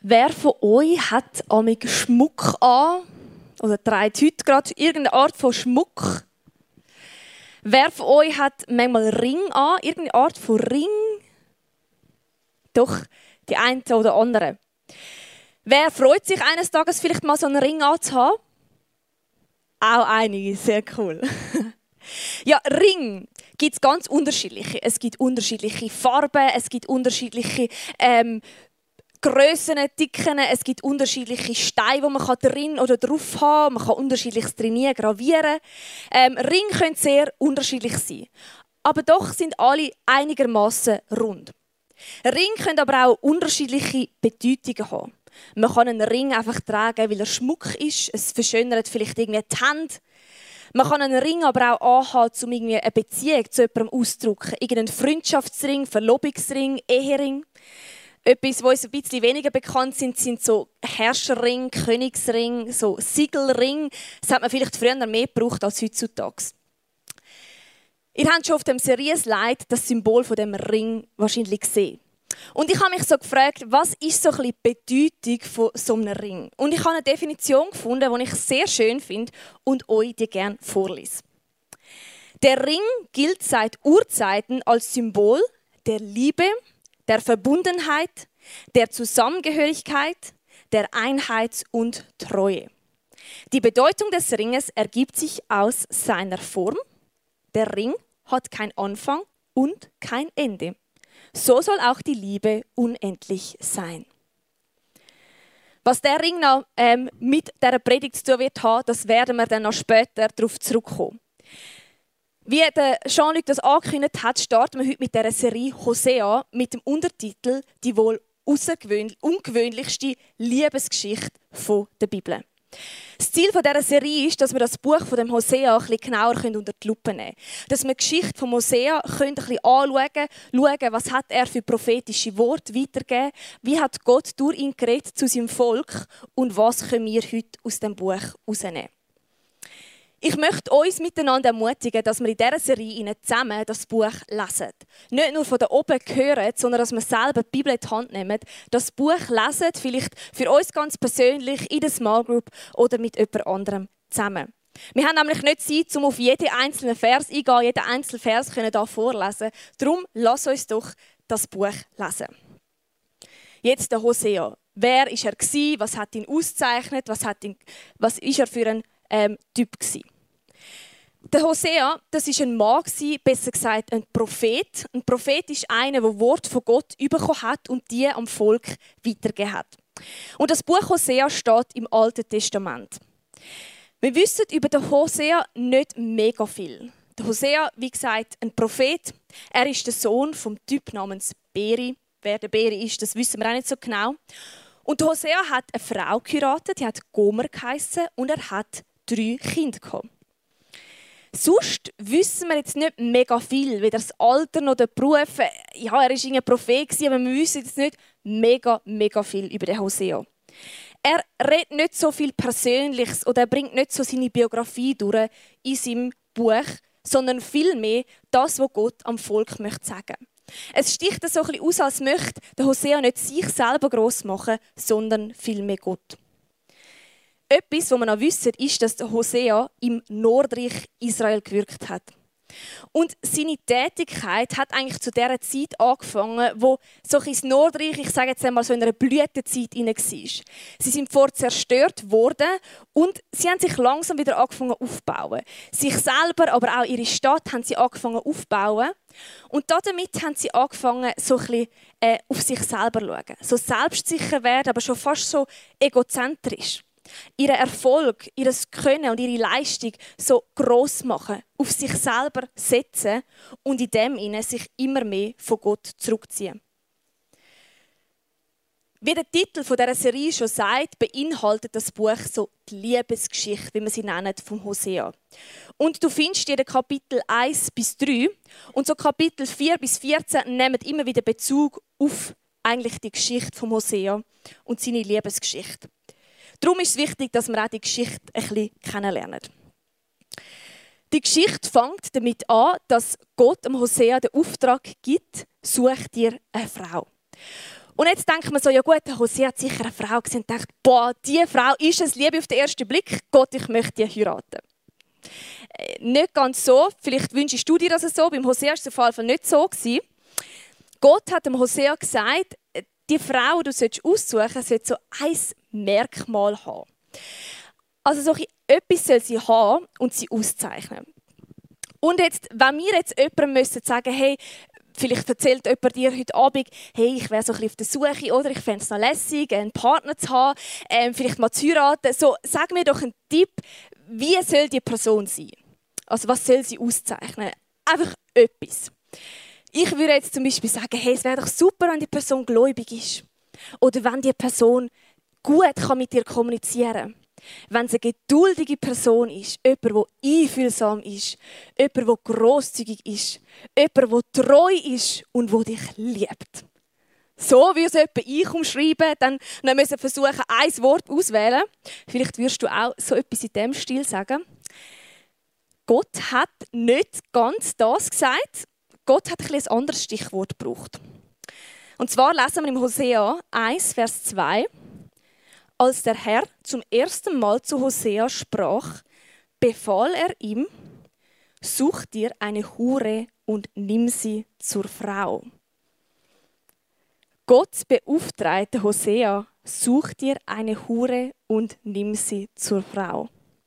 Wer von euch hat amig Schmuck an? Oder trägt heute gerade irgendeine Art von Schmuck? Wer von euch hat manchmal Ring an? Irgendeine Art von Ring? Doch, die einen oder anderen. Wer freut sich eines Tages vielleicht mal so einen Ring anzuhaben? Auch einige, sehr cool. Ja, Ring gibt es ganz unterschiedliche. Es gibt unterschiedliche Farben, es gibt unterschiedliche Grössen, Dicken, es gibt unterschiedliche Steine, die man drin oder drauf haben kann. Man kann unterschiedliches trainieren, gravieren. Ringe können sehr unterschiedlich sein. Aber doch sind alle einigermaßen rund. Ringe können aber auch unterschiedliche Bedeutungen haben. Man kann einen Ring einfach tragen, weil er Schmuck ist. Es verschönert vielleicht irgendwie die Hände. Man kann einen Ring aber auch anhaben, um irgendwie eine Beziehung zu jemandem auszudrücken. Irgendeinen Freundschaftsring, Verlobungsring, Ehering. Etwas, was uns ein bisschen weniger bekannt sind so Herrscherring, Königsring, so Siegelring. Das hat man vielleicht früher mehr gebraucht als heutzutage. Ihr habt schon auf dem Serienslide das Symbol von dem Ring wahrscheinlich gesehen. Und ich habe mich so gefragt, was ist so ein bisschen die Bedeutung von so einem Ring? Und ich habe eine Definition gefunden, die ich sehr schön finde und euch die gerne vorlese. Der Ring gilt seit Urzeiten als Symbol der Liebe, der Verbundenheit, der Zusammengehörigkeit, der Einheit und Treue. Die Bedeutung des Ringes ergibt sich aus seiner Form. Der Ring hat keinen Anfang und kein Ende. So soll auch die Liebe unendlich sein. Was der Ring noch mit dieser Predigt zu tun wird haben, das werden wir dann noch später darauf zurückkommen. Wie der Jean-Luc das angekündigt hat, starten wir heute mit dieser Serie Hosea mit dem Untertitel «Die wohl ungewöhnlichste Liebesgeschichte der Bibel». Das Ziel dieser Serie ist, dass wir das Buch von dem Hosea ein bisschen genauer unter die Lupe nehmen können. Dass wir die Geschichte von Hosea ein bisschen anschauen, schauen, was hat er für prophetische Worte weitergegeben, wie hat Gott durch ihn geredet zu seinem Volk und was können wir heute aus dem Buch herausnehmen. Ich möchte uns miteinander ermutigen, dass wir in dieser Serie zusammen das Buch lesen. Nicht nur von da oben hören, sondern dass wir selber die Bibel in die Hand nehmen, das Buch lesen, vielleicht für uns ganz persönlich, in der Small Group oder mit jemand anderem zusammen. Wir haben nämlich nicht Zeit, um auf jeden einzelnen Vers eingehen, jeden einzelnen Vers können hier vorlesen. Darum lass uns doch das Buch lesen. Jetzt der Hosea. Wer war er? Was hat ihn ausgezeichnet? Was war er für ein Typ gewesen? Der Hosea, das war ein Mann, besser gesagt ein Prophet. Ein Prophet ist einer, der Wort von Gott bekommen hat und die am Volk weitergegeben hat. Und das Buch Hosea steht im Alten Testament. Wir wissen über den Hosea nicht mega viel. Der Hosea, wie gesagt, ein Prophet. Er ist der Sohn vom Typ namens Beri. Wer der Beri ist, das wissen wir auch nicht so genau. Und der Hosea hat eine Frau geheiratet, die hat Gomer geheissen, und er hat 3 Kinder gehabt. Sonst wissen wir jetzt nicht mega viel, weder das Alter noch den Beruf. Ja, er war ein Prophet, aber wir wissen jetzt nicht mega viel über den Hosea. Er redet nicht so viel Persönliches oder er bringt nicht so seine Biografie durch in seinem Buch, sondern vielmehr das, was Gott am Volk möchte sagen. Es sticht so ein bisschen aus, als möchte der Hosea nicht sich selber gross machen, sondern vielmehr Gott. Etwas, was wir noch wissen, ist, dass der Hosea im Nordreich Israel gewirkt hat. Und seine Tätigkeit hat eigentlich zu dieser Zeit angefangen, wo so das Nordreich, ich sage jetzt einmal, so in einer Blütezeit war. Sie sind vorher zerstört worden und sie haben sich langsam wieder angefangen aufzubauen. Sich selber, aber auch ihre Stadt haben sie angefangen aufzubauen. Und damit haben sie angefangen, so ein bisschen auf sich selber zu schauen. So selbstsicher werden, aber schon fast so egozentrisch. Ihren Erfolg, ihr Können und ihre Leistung so gross machen, auf sich selber setzen und in dem Sinne sich immer mehr von Gott zurückziehen. Wie der Titel dieser Serie schon sagt, beinhaltet das Buch so die Liebesgeschichte, wie wir sie nennen, vom Hosea. Und du findest in den Kapitel 1 bis 3 und so Kapitel 4 bis 14 nehmen immer wieder Bezug auf eigentlich die Geschichte vom Hosea und seine Liebesgeschichte. Darum ist es wichtig, dass wir auch die Geschichte ein bisschen kennenlernen. Die Geschichte fängt damit an, dass Gott dem Hosea den Auftrag gibt, such dir eine Frau. Und jetzt denkt man so, ja gut, Hosea hat sicher eine Frau gesehen und denkt, boah, diese Frau ist es, Liebe auf den ersten Blick, Gott, ich möchte die heiraten. Nicht ganz so, vielleicht wünschst du dir das so, beim Hosea war es auf jeden Fall nicht so. Gott hat dem Hosea gesagt, die Frau, die du aussuchen sollst, sollte so ein Merkmal haben. Also so etwas soll sie haben und sie auszeichnen. Und jetzt, wenn wir jetzt jemandem sagen müssen, hey, vielleicht erzählt jemand dir heute Abend, hey, ich wäre so ein bisschen auf der Suche, oder ich fände es noch lässig, einen Partner zu haben, vielleicht mal zu heiraten. So, sag mir doch einen Tipp, wie soll die Person sein? Also was soll sie auszeichnen? Einfach etwas. Ich würde jetzt zum Beispiel sagen, hey, es wäre doch super, wenn die Person gläubig ist. Oder wenn die Person gut mit dir kommunizieren kann. Wenn es eine geduldige Person ist, jemand, der einfühlsam ist, jemand, der grosszügig ist, jemand, der treu ist und der dich liebt. So wie es jemand ich umschreiben, dann müssen wir versuchen, ein Wort auszuwählen. Vielleicht wirst du auch so etwas in diesem Stil sagen. Gott hat nicht ganz das gesagt. Gott hat ein anderes Stichwort gebraucht. Und zwar lesen wir im Hosea 1, Vers 2. Als der Herr zum ersten Mal zu Hosea sprach, befahl er ihm, such dir eine Hure und nimm sie zur Frau. Gott beauftragte Hosea, such dir eine Hure und nimm sie zur Frau.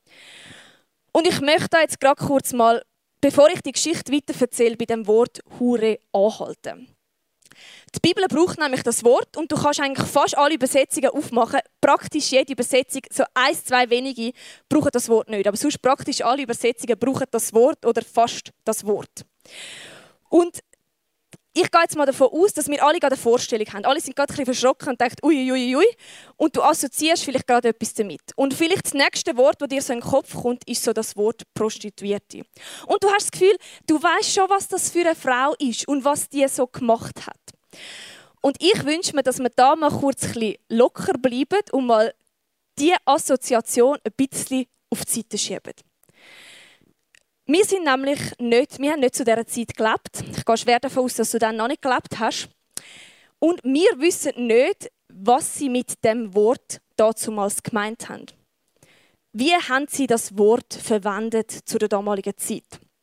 Und ich möchte da jetzt gerade kurz mal, bevor ich die Geschichte weiter erzähle, bei dem Wort Hure anhalten. Die Bibel braucht nämlich das Wort und du kannst eigentlich fast alle Übersetzungen aufmachen. Praktisch jede Übersetzung, so 1, 2 wenige, brauchen das Wort nicht. Aber sonst praktisch alle Übersetzungen brauchen das Wort oder fast das Wort. Und ich gehe jetzt mal davon aus, dass wir alle gerade eine Vorstellung haben. Alle sind gerade ein bisschen verschrocken und denken, ui. Und du assoziierst vielleicht gerade etwas damit. Und vielleicht das nächste Wort, das dir so in den Kopf kommt, ist so das Wort Prostituierte. Und du hast das Gefühl, du weißt schon, was das für eine Frau ist und was die so gemacht hat. Und ich wünsche mir, dass wir da mal kurz ein bisschen locker bleiben und mal diese Assoziation ein bisschen auf die Seite schieben. Wir haben nicht zu dieser Zeit gelebt. Ich gehe schwer davon aus, dass du dann noch nicht gelebt hast. Und wir wissen nicht, was sie mit dem Wort dazumals gemeint haben. Wie haben sie das Wort verwendet zu der damaligen Zeit?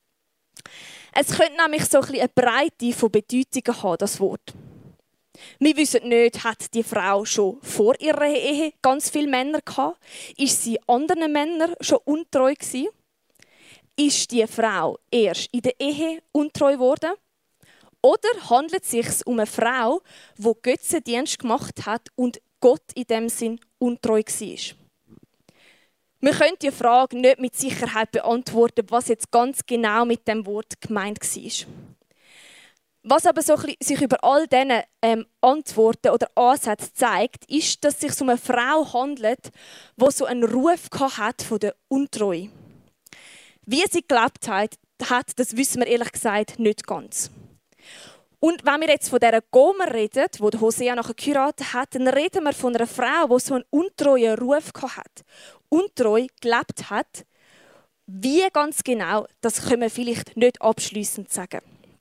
Es könnte nämlich so ein bisschen eine Breite von Bedeutungen haben, das Wort. Wir wissen nicht, hat die Frau schon vor ihrer Ehe ganz viele Männer gehabt? Ist sie anderen Männern schon untreu gewesen? Ist die Frau erst in der Ehe untreu geworden? Oder handelt es sich um eine Frau, die Götzendienst gemacht hat und Gott in dem Sinn untreu war? Wir können die Frage nicht mit Sicherheit beantworten, was jetzt ganz genau mit dem Wort gemeint war. Was aber so sich über all diese Antworten oder Ansätze zeigt, ist, dass es sich um eine Frau handelt, die so einen Ruf hat von der Untreue. Wie sie gelebt hat, das wissen wir ehrlich gesagt nicht ganz. Und wenn wir jetzt von dieser Gomer reden, die Hosea nachher geheiratet hat, dann reden wir von einer Frau, die so einen untreuen Ruf hat, untreu gelebt hat. Wie ganz genau, das können wir vielleicht nicht abschliessend sagen.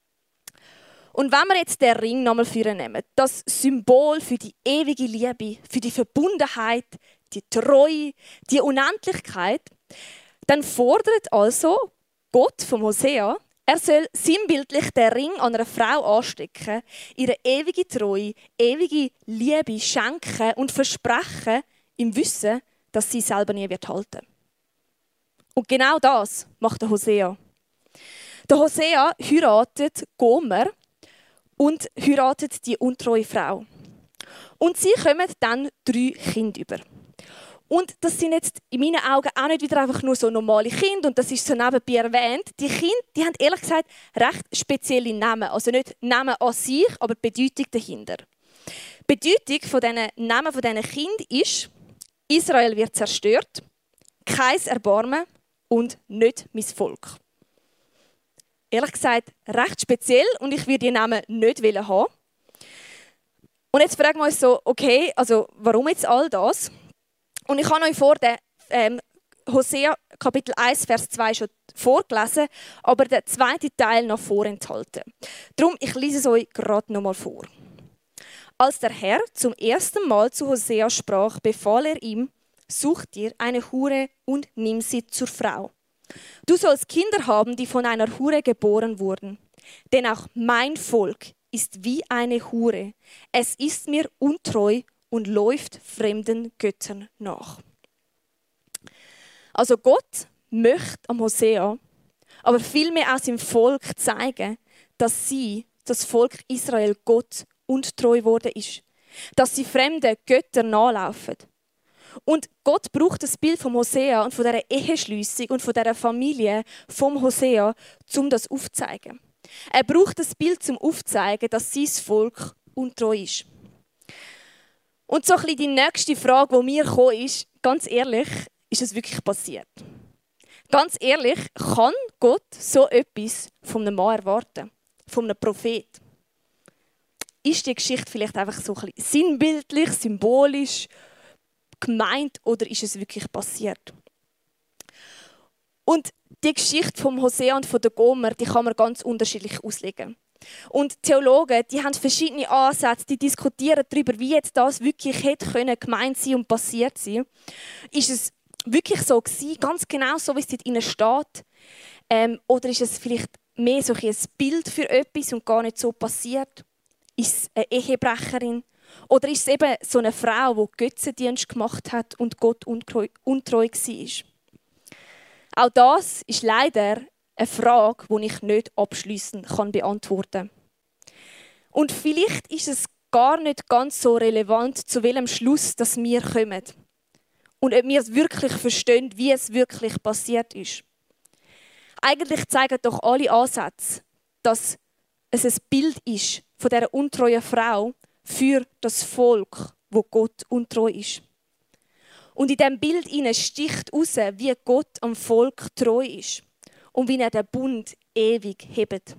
Und wenn wir jetzt den Ring nochmal vornehmen, das Symbol für die ewige Liebe, für die Verbundenheit, die Treue, die Unendlichkeit, dann fordert also Gott vom Hosea, er soll sinnbildlich den Ring an einer Frau anstecken, ihre ewige Treue, ewige Liebe schenken und versprechen, im Wissen, dass sie selber nie wird halten. Und genau das macht der Hosea. Der Hosea heiratet Gomer und heiratet die untreue Frau. Und sie kommen dann 3 Kinder über. Und das sind jetzt in meinen Augen auch nicht wieder einfach nur so normale Kinder, und das ist so nebenbei erwähnt. Die Kinder, die haben ehrlich gesagt recht spezielle Namen. Also nicht Namen an sich, aber die Bedeutung dahinter. Die Bedeutung von diesen Namen von diesen Kindern ist, Israel wird zerstört, kein Erbarmen und nicht mein Volk. Ehrlich gesagt, recht speziell, und ich würde die Namen nicht haben. Und jetzt fragen wir uns so, okay, also warum jetzt all das? Und ich habe euch vor den Hosea Kapitel 1, Vers 2 schon vorgelesen, aber der zweite Teil noch vorenthalten. Darum, ich lese es euch gerade noch mal vor. Als der Herr zum ersten Mal zu Hosea sprach, befahl er ihm: Such dir eine Hure und nimm sie zur Frau. Du sollst Kinder haben, die von einer Hure geboren wurden. Denn auch mein Volk ist wie eine Hure. Es ist mir untreu und läuft fremden Göttern nach. Also Gott möchte am Hosea, aber vielmehr auch seinem Volk zeigen, dass das Volk Israel, Gott untreu geworden ist. Dass sie fremden Göttern nachlaufen. Und Gott braucht das Bild vom Hosea und von dieser Eheschliessung und von dieser Familie vom Hosea, um das aufzuzeigen. Er braucht das Bild, um aufzuzeigen, dass sein Volk untreu ist. Und so ein bisschen die nächste Frage, die mir gekommen ist, ganz ehrlich, ist es wirklich passiert? Ganz ehrlich, kann Gott so etwas von einem Mann erwarten? Von einem Prophet? Ist die Geschichte vielleicht einfach so ein bisschen sinnbildlich, symbolisch gemeint oder ist es wirklich passiert? Und die Geschichte vom Hosea und von der Gomer, die kann man ganz unterschiedlich auslegen. Und Theologen, die haben verschiedene Ansätze, die diskutieren darüber, wie jetzt das wirklich hätte können gemeint sein und passiert sein. Ist es wirklich so gewesen, ganz genau so, wie es dort drinnen steht? Oder ist es vielleicht mehr so ein Bild für etwas und gar nicht so passiert? Ist es eine Ehebrecherin? Oder ist es eben so eine Frau, die Götzendienst gemacht hat und Gott untreu war? Auch das ist leider eine Frage, die ich nicht abschliessend beantworten kann. Und vielleicht ist es gar nicht ganz so relevant, zu welchem Schluss dass wir kommen. Und ob wir es wirklich verstehen, wie es wirklich passiert ist. Eigentlich zeigen doch alle Ansätze, dass es ein Bild ist von dieser untreuen Frau für das Volk, wo Gott untreu ist. Und in diesem Bild sticht heraus, wie Gott am Volk treu ist und wie er den Bund ewig hebt.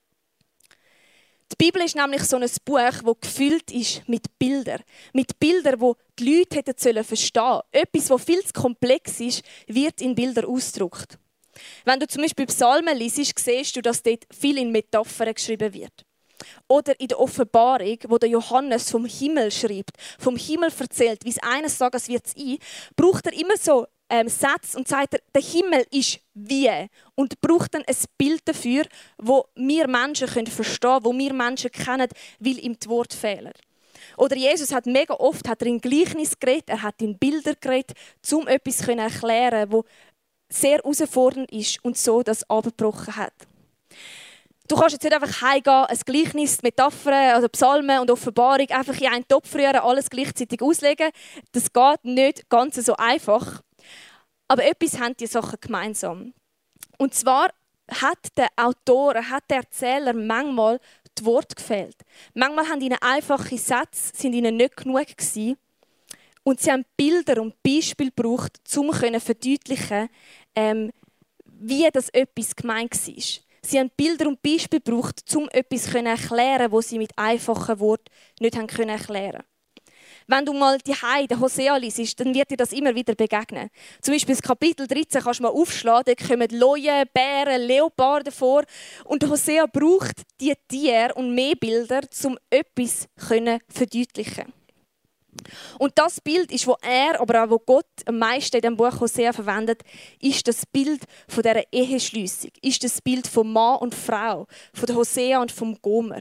Die Bibel ist nämlich so ein Buch, das gefüllt ist mit Bildern. Mit Bildern, die die Leute hätten verstehen sollen. Etwas, das viel zu komplex ist, wird in Bildern ausgedrückt. Wenn du zum Beispiel Psalmen liest, siehst du, dass dort viel in Metaphern geschrieben wird. Oder in der Offenbarung, wo der Johannes vom Himmel schreibt, vom Himmel erzählt, wie es eines Tages wird sein, braucht er immer so Sätze und sagt, der Himmel ist wie. Und braucht dann ein Bild dafür, wo wir Menschen verstehen können, wo wir Menschen kennen, weil ihm die Worte fehlen. Oder Jesus hat mega oft in Gleichnis geredet, er hat in Bilder geredet, um etwas zu erklären, das sehr herausfordernd ist und so das abgebrochen hat. Du kannst jetzt nicht einfach heimgehen, ein Gleichnis, Metaphern, also Psalmen und Offenbarung einfach in einen Topf rühren, alles gleichzeitig auslegen. Das geht nicht ganz so einfach. Aber etwas haben die Sachen gemeinsam. Und zwar hat der Autor, hat der Erzähler manchmal die Worte gefehlt. Manchmal haben ihnen einfache Sätze, sind ihnen nicht genug gewesen. Und sie haben Bilder und Beispiele gebraucht, um zu verdeutlichen, wie das etwas gemeint war. Sie haben Bilder und Beispiele gebraucht, um etwas zu erklären, das sie mit einfachen Worten nicht erklären konnten. Wenn du mal die den Hosea liest, dann wird dir das immer wieder begegnen. Zum Beispiel das Kapitel 13 kannst du mal aufschlagen, da kommen Löwen, Bären, Leoparden vor. Und Hosea braucht diese Tiere und mehr Bilder, um etwas zu verdeutlichen. Und das Bild ist, wo er, aber auch wo Gott am meisten in dem Buch Hosea verwendet, ist das Bild von dieser Eheschliessung. Ist das Bild von Mann und Frau, von der Hosea und vom Gomer.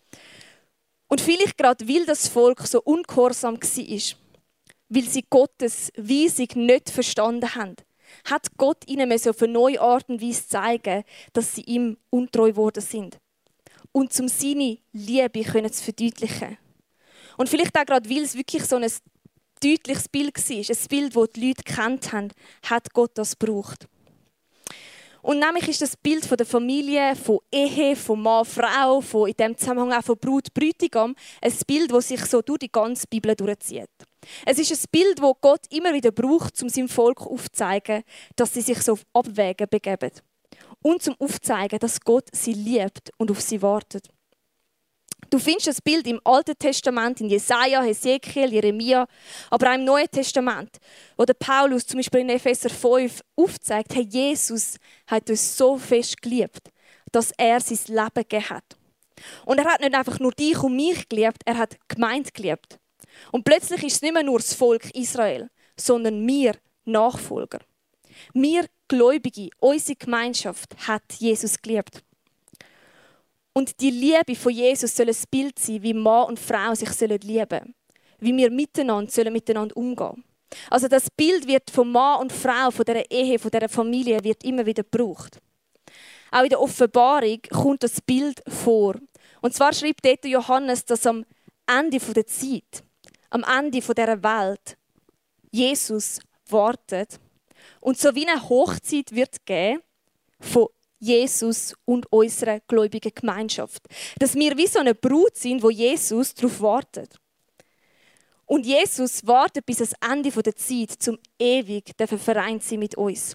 Und vielleicht gerade, weil das Volk so ungehorsam war, weil sie Gottes Weisung nicht verstanden haben, hat Gott ihnen auf eine neue Art und Weise zeigen, dass sie ihm untreu geworden sind. Und um seine Liebe zu verdeutlichen. Und vielleicht auch gerade, weil es wirklich so ein deutliches Bild war, ein Bild, das die Leute gekannt haben, hat Gott das gebraucht. Und nämlich ist das Bild von der Familie, von Ehe, von Mann, Frau, von, in diesem Zusammenhang auch von Brut, Bräutigam, ein Bild, das sich so durch die ganze Bibel durchzieht. Es ist ein Bild, das Gott immer wieder braucht, um seinem Volk aufzuzeigen, dass sie sich so auf Abwägen begeben. Und zum aufzuzeigen, dass Gott sie liebt und auf sie wartet. Du findest das Bild im Alten Testament, in Jesaja, Hesekiel, Jeremia, aber auch im Neuen Testament, wo der Paulus zum Beispiel in Epheser 5 aufzeigt, hey, Jesus hat uns so fest geliebt, dass er sein Leben gegeben hat. Und er hat nicht einfach nur dich und mich geliebt, er hat die Gemeinde geliebt. Und plötzlich ist es nicht mehr nur das Volk Israel, sondern wir Nachfolger. Wir Gläubige, unsere Gemeinschaft hat Jesus geliebt. Und die Liebe von Jesus soll ein Bild sein, wie Mann und Frau sich lieben sollen. Wie wir miteinander umgehen sollen. Also das Bild wird von Mann und Frau, von dieser Ehe, von dieser Familie, wird immer wieder gebraucht. Auch in der Offenbarung kommt das Bild vor. Und zwar schreibt dort Johannes, dass am Ende der Zeit, am Ende dieser Welt, Jesus wartet und so wie eine Hochzeit wird geben von Jesus und unserer gläubigen Gemeinschaft. Dass wir wie so eine Brut sind, wo Jesus darauf wartet. Und Jesus wartet bis ans Ende der Zeit, zum ewig vereint sein mit uns.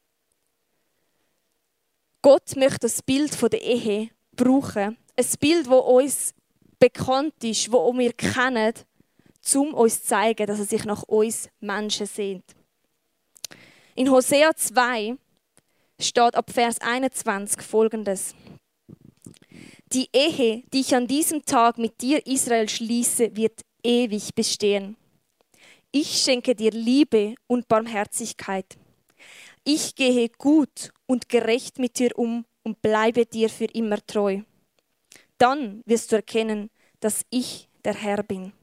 Gott möchte das Bild der Ehe brauchen. Ein Bild, das uns bekannt ist, das wir kennen, um uns zu zeigen, dass er sich nach uns Menschen sehnt. In Hosea 2 steht ab Vers 21 Folgendes. Die Ehe, die ich an diesem Tag mit dir, Israel, schließe, wird ewig bestehen. Ich schenke dir Liebe und Barmherzigkeit. Ich gehe gut und gerecht mit dir um und bleibe dir für immer treu. Dann wirst du erkennen, dass ich der Herr bin.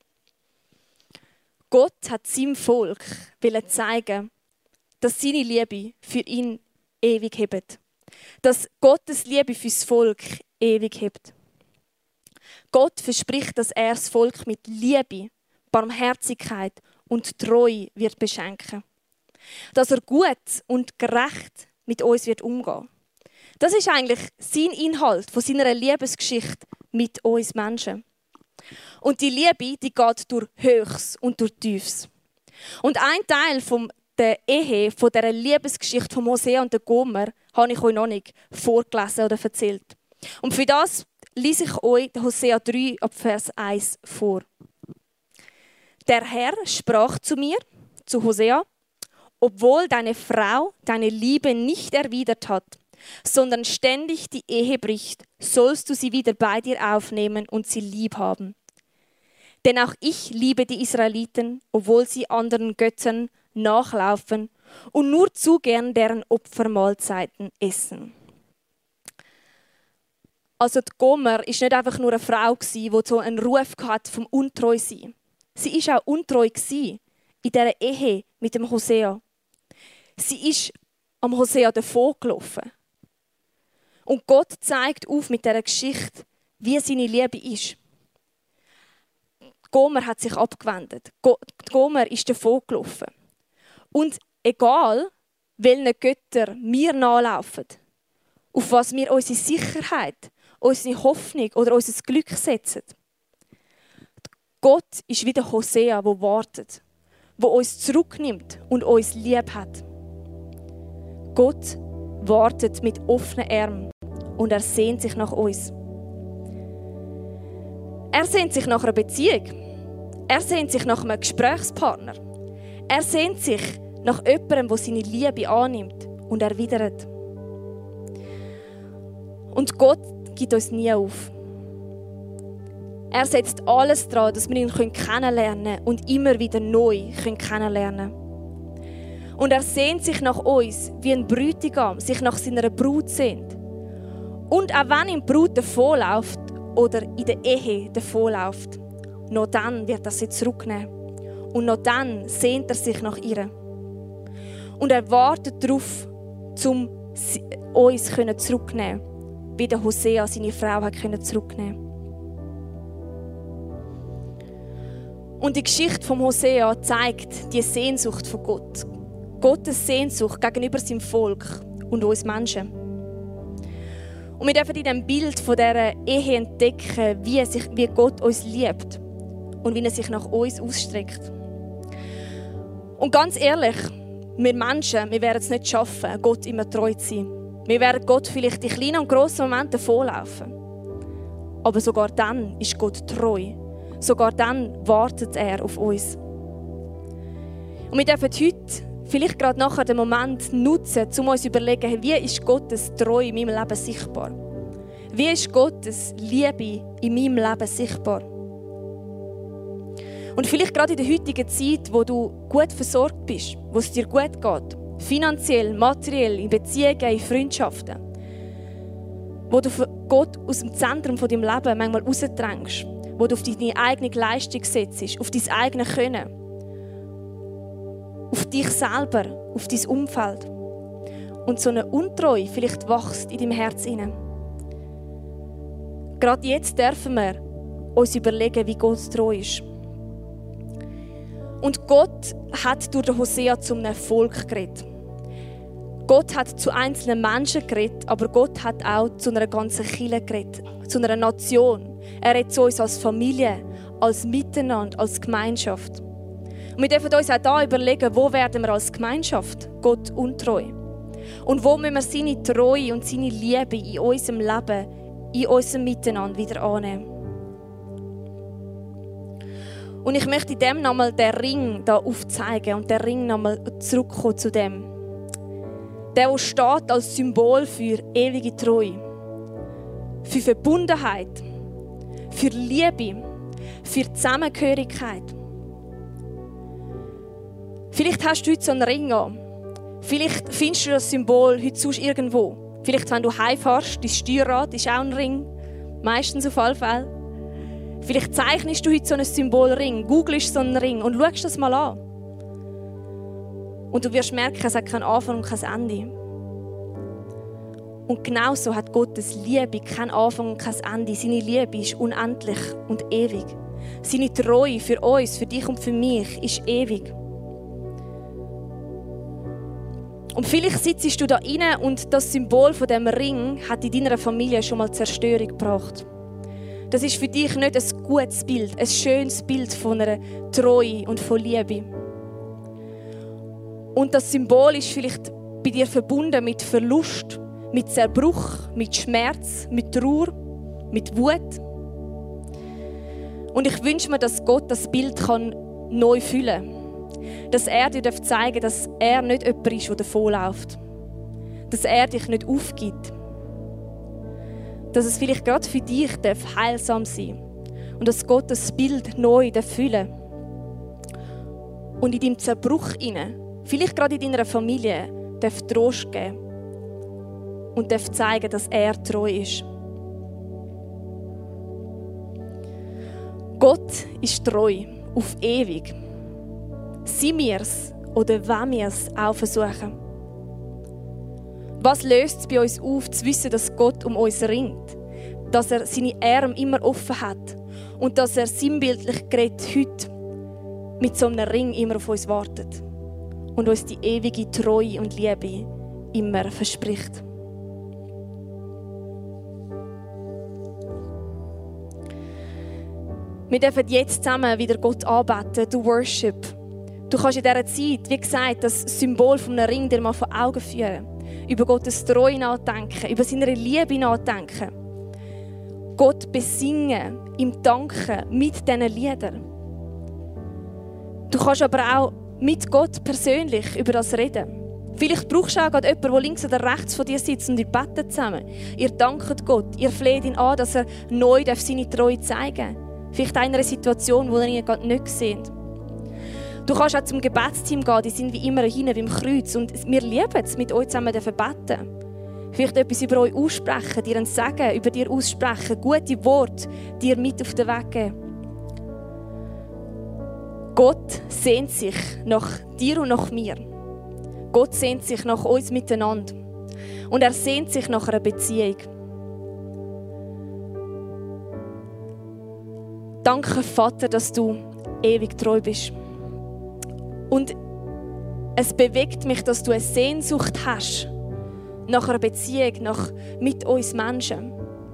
Gott hat seinem Volk zeigen, dass seine Liebe für ihn ewig hebt. Dass Gottes Liebe fürs Volk ewig hebt. Gott verspricht, dass er das Volk mit Liebe, Barmherzigkeit und Treue wird beschenken. Dass er gut und gerecht mit uns wird umgehen. Das ist eigentlich sein Inhalt von seiner Liebesgeschichte mit uns Menschen. Und die Liebe, die geht durch Höchst und durch Tiefs. Und ein Teil der Ehe, von dieser Liebesgeschichte von Hosea und der Gomer, habe ich euch noch nicht vorgelesen oder erzählt. Und für das lese ich euch Hosea 3 ab Vers 1 vor. Der Herr sprach zu mir, zu Hosea, obwohl deine Frau deine Liebe nicht erwidert hat, sondern ständig die Ehe bricht, sollst du sie wieder bei dir aufnehmen und sie lieb haben. Denn auch ich liebe die Israeliten, obwohl sie anderen Göttern nachlaufen und nur zu gern deren Opfermahlzeiten essen. Also die Gomer war nicht einfach nur eine Frau, die so einen Ruf hatte vom Untreusein. Sie war auch untreu in dieser Ehe mit dem Hosea. Sie ist am Hosea davongelaufen. Und Gott zeigt auf mit dieser Geschichte, wie seine Liebe ist. Gomer hat sich abgewendet. Gomer ist davongelaufen. Und egal, welchen Götter wir nachlaufen, auf was wir unsere Sicherheit, unsere Hoffnung oder unser Glück setzen, Gott ist wie der Hosea, der wartet, der uns zurücknimmt und uns lieb hat. Gott wartet mit offenen Armen und er sehnt sich nach uns. Er sehnt sich nach einer Beziehung. Er sehnt sich nach einem Gesprächspartner. Er sehnt sich nach jemandem, der seine Liebe annimmt und erwidert. Und Gott gibt uns nie auf. Er setzt alles daran, dass wir ihn kennenlernen und immer wieder neu kennenlernen können. Und er sehnt sich nach uns, wie ein Bräutigam sich nach seiner Brut sehnt. Und auch wenn ihm die Brut davonläuft oder in der Ehe davonläuft, noch dann wird er sie zurücknehmen. Und noch dann sehnt er sich nach ihr. Und er wartet darauf, um uns zurückzunehmen, wie der Hosea seine Frau zurücknehmen konnte. Und die Geschichte von Hosea zeigt die Sehnsucht von Gott. Gottes Sehnsucht gegenüber seinem Volk und uns Menschen. Und wir dürfen in diesem Bild von dieser Ehe entdecken, wie Gott uns liebt und wie er sich nach uns ausstreckt. Und ganz ehrlich, wir Menschen, wir werden es nicht schaffen, Gott immer treu zu sein. Wir werden Gott vielleicht in kleinen und grossen Momenten davonlaufen. Aber sogar dann ist Gott treu. Sogar dann wartet er auf uns. Und wir dürfen heute, vielleicht gerade nachher den Moment nutzen, um uns zu überlegen, wie ist Gottes Treue in meinem Leben sichtbar? Wie ist Gottes Liebe in meinem Leben sichtbar? Und vielleicht gerade in der heutigen Zeit, wo du gut versorgt bist, wo es dir gut geht, finanziell, materiell, in Beziehungen, in Freundschaften, wo du Gott aus dem Zentrum von deinem Leben manchmal rausdrängst, wo du auf deine eigene Leistung setzt, auf dein eigenes Können, auf dich selber, auf dein Umfeld. Und so eine Untreue vielleicht wächst in deinem Herz hinein. Gerade jetzt dürfen wir uns überlegen, wie Gott treu ist. Und Gott hat durch den Hosea zum Volk geredet. Gott hat zu einzelnen Menschen geredet, aber Gott hat auch zu einer ganzen Kirche geredet, zu einer Nation. Er redet zu uns als Familie, als Miteinander, als Gemeinschaft. Und wir dürfen uns auch da überlegen, wo werden wir als Gemeinschaft Gott untreu? Und wo müssen wir seine Treue und seine Liebe in unserem Leben, in unserem Miteinander wieder annehmen? Und ich möchte in dem nochmal den Ring da aufzeigen und den Ring nochmal zurückkommen zu dem. Der steht als Symbol für ewige Treue, für Verbundenheit, für Liebe, für Zusammengehörigkeit. Vielleicht hast du heute so einen Ring an. Vielleicht findest du das Symbol heute sonst irgendwo. Vielleicht, wenn du heimfährst, dein Steuerrad ist auch ein Ring. Meistens auf alle Fälle. Vielleicht zeichnest du heute so einen Symbolring, googelst so einen Ring und schaust das mal an. Und du wirst merken, es hat keinen Anfang und kein Ende. Und genauso hat Gottes Liebe keinen Anfang und kein Ende. Seine Liebe ist unendlich und ewig. Seine Treue für uns, für dich und für mich, ist ewig. Und vielleicht sitzt du da rein und das Symbol von dem Ring hat in deiner Familie schon mal Zerstörung gebracht. Das ist für dich nicht ein gutes Bild, ein schönes Bild von einer Treue und von Liebe. Und das Symbol ist vielleicht bei dir verbunden mit Verlust, mit Zerbruch, mit Schmerz, mit Trauer, mit Wut. Und ich wünsche mir, dass Gott das Bild neu füllen kann. Dass er dir zeigen darf, dass er nicht jemand ist, der davonläuft. Dass er dich nicht aufgibt. Dass es vielleicht gerade für dich heilsam sein darf. Und dass Gott das Bild neu füllen darf. Und in deinem Zerbruch hinein, vielleicht gerade in deiner Familie, darf Trost geben. Und darf zeigen, dass er treu ist. Gott ist treu, auf ewig. Sind wir es oder wollen wir es auch versuchen? Was löst es bei uns auf, zu wissen, dass Gott um uns ringt? Dass er seine Arme immer offen hat und dass er sinnbildlich geredet heute mit so einem Ring immer auf uns wartet und uns die ewige Treue und Liebe immer verspricht. Wir dürfen jetzt zusammen wieder Gott anbeten, du Worship. Du kannst in dieser Zeit, wie gesagt, das Symbol von einem Ring dir mal vor Augen führen. Über Gottes Treue nachdenken, über seine Liebe nachdenken. Gott besingen, ihm danken mit diesen Liedern. Du kannst aber auch mit Gott persönlich über das reden. Vielleicht brauchst du auch gerade jemanden, der links oder rechts von dir sitzt und ihr betet zusammen. Ihr dankt Gott, ihr fleht ihn an, dass er neu seine Treue zeigen darf. Vielleicht in einer Situation, wo ihr ihn gerade nicht seht. Du kannst auch zum Gebetsteam gehen, die sind wie immer hinten beim Kreuz. Und wir lieben es, mit euch zusammen zu beten. Vielleicht etwas über euch aussprechen, dir ein Segen über dir aussprechen, gute Worte dir mit auf den Weg geben. Gott sehnt sich nach dir und nach mir. Gott sehnt sich nach uns miteinander. Und er sehnt sich nach einer Beziehung. Danke, Vater, dass du ewig treu bist. Und es bewegt mich, dass du eine Sehnsucht hast nach einer Beziehung mit uns Menschen.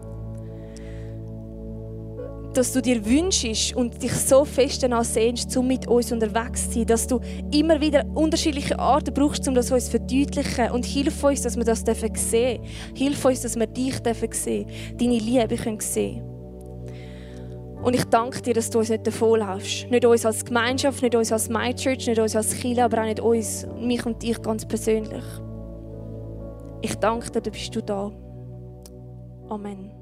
Dass du dir wünschst und dich so fest danach sehnst, um mit uns unterwegs zu sein. Dass du immer wieder unterschiedliche Arten brauchst, um das uns zu verdeutlichen. Und hilf uns, dass wir das sehen dürfen. Hilf uns, dass wir dich sehen dürfen, deine Liebe sehen können. Und ich danke dir, dass du uns nicht davonläufst. Nicht uns als Gemeinschaft, nicht uns als My Church, nicht uns als Kirche, aber auch nicht uns, mich und dich ganz persönlich. Ich danke dir, du bist da. Amen.